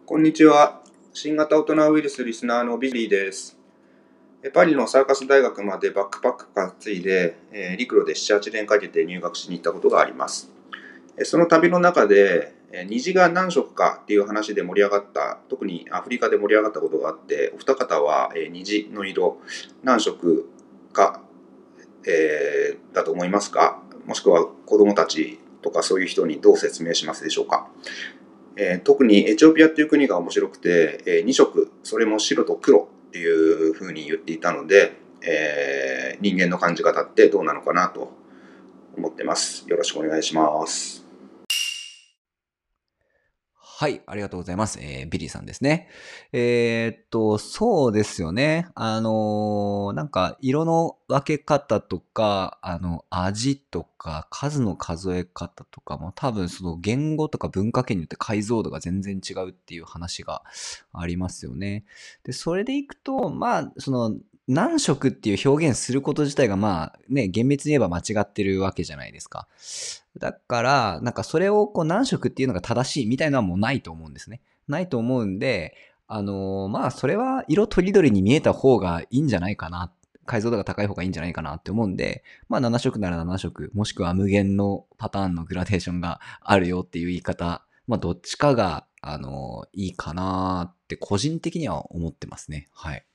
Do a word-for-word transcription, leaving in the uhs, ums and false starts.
こんにちは。新型大人ウイルスリスナーのビリーです。パリのサーカス大学までバックパック担いで、えー陸路でなな、はちねんかけて入学しに行ったことがあります。その旅の中で、虹が何色かっていう話で盛り上がった、特にアフリカで盛り上がったことがあって、お二方は虹の色、何色か、えーだと思いますか？もしくは子供たちとかそういう人にどう説明しますでしょうか？えー特にエチオピアっていう国が面白くて、えーに色、それも白と黒っていうふうに言っていたので、えー人間の感じ方ってどうなのかなと思ってます。よろしくお願いします。 はい、ありがとうございます。えー、ビリーさんですね。えーっと、そうですよね。あのーなんか、色の分け方とか、あの、味とか、数の数え方とかも、多分その言語とか文化圏によって解像度が全然違うっていう話がありますよね。で、それでいくと、まあ、その、何色っていう表現すること自体が、まあ、ね、厳密に言えば間違ってるわけじゃないですか。だから、なんかそれをこう何色っていうのが正しいみたいなのはもうないと思うんですね。ないと思うんで、あのーまあそれは色とりどりに見えた方がいいんじゃないかな。解像度が高い方がいいんじゃないかなって思うんで、まあなな色ならなな色、もしくは無限のパターンのグラデーションがあるよっていう言い方、まあどっちかが、あのーいいかなって個人的には思ってますね。はい。